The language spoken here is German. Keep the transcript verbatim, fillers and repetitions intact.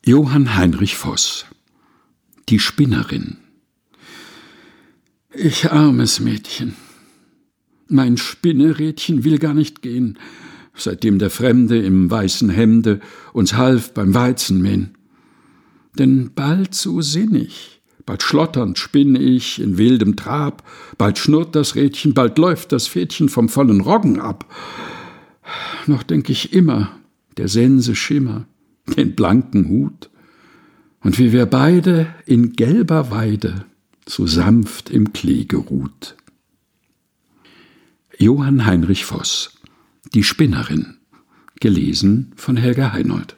Johann Heinrich Voß. Die Spinnerin. Ich armes Mädchen. Mein Spinnerädchen will gar nicht gehen, seitdem der Fremde im weißen Hemde uns half beim Weizenmähen. Denn bald so sinnig, bald schlotternd spinn ich in wildem Trab, bald schnurrt das Rädchen, bald läuft das Fädchen vom vollen Roggen ab. Noch denk ich immer der Sense Schimmer, den blanken Hut, und wie wir beide in gelber Weide so sanft im Klee geruht. Johann Heinrich Voß. Die Spinnerin. Gelesen von Helga Heinold.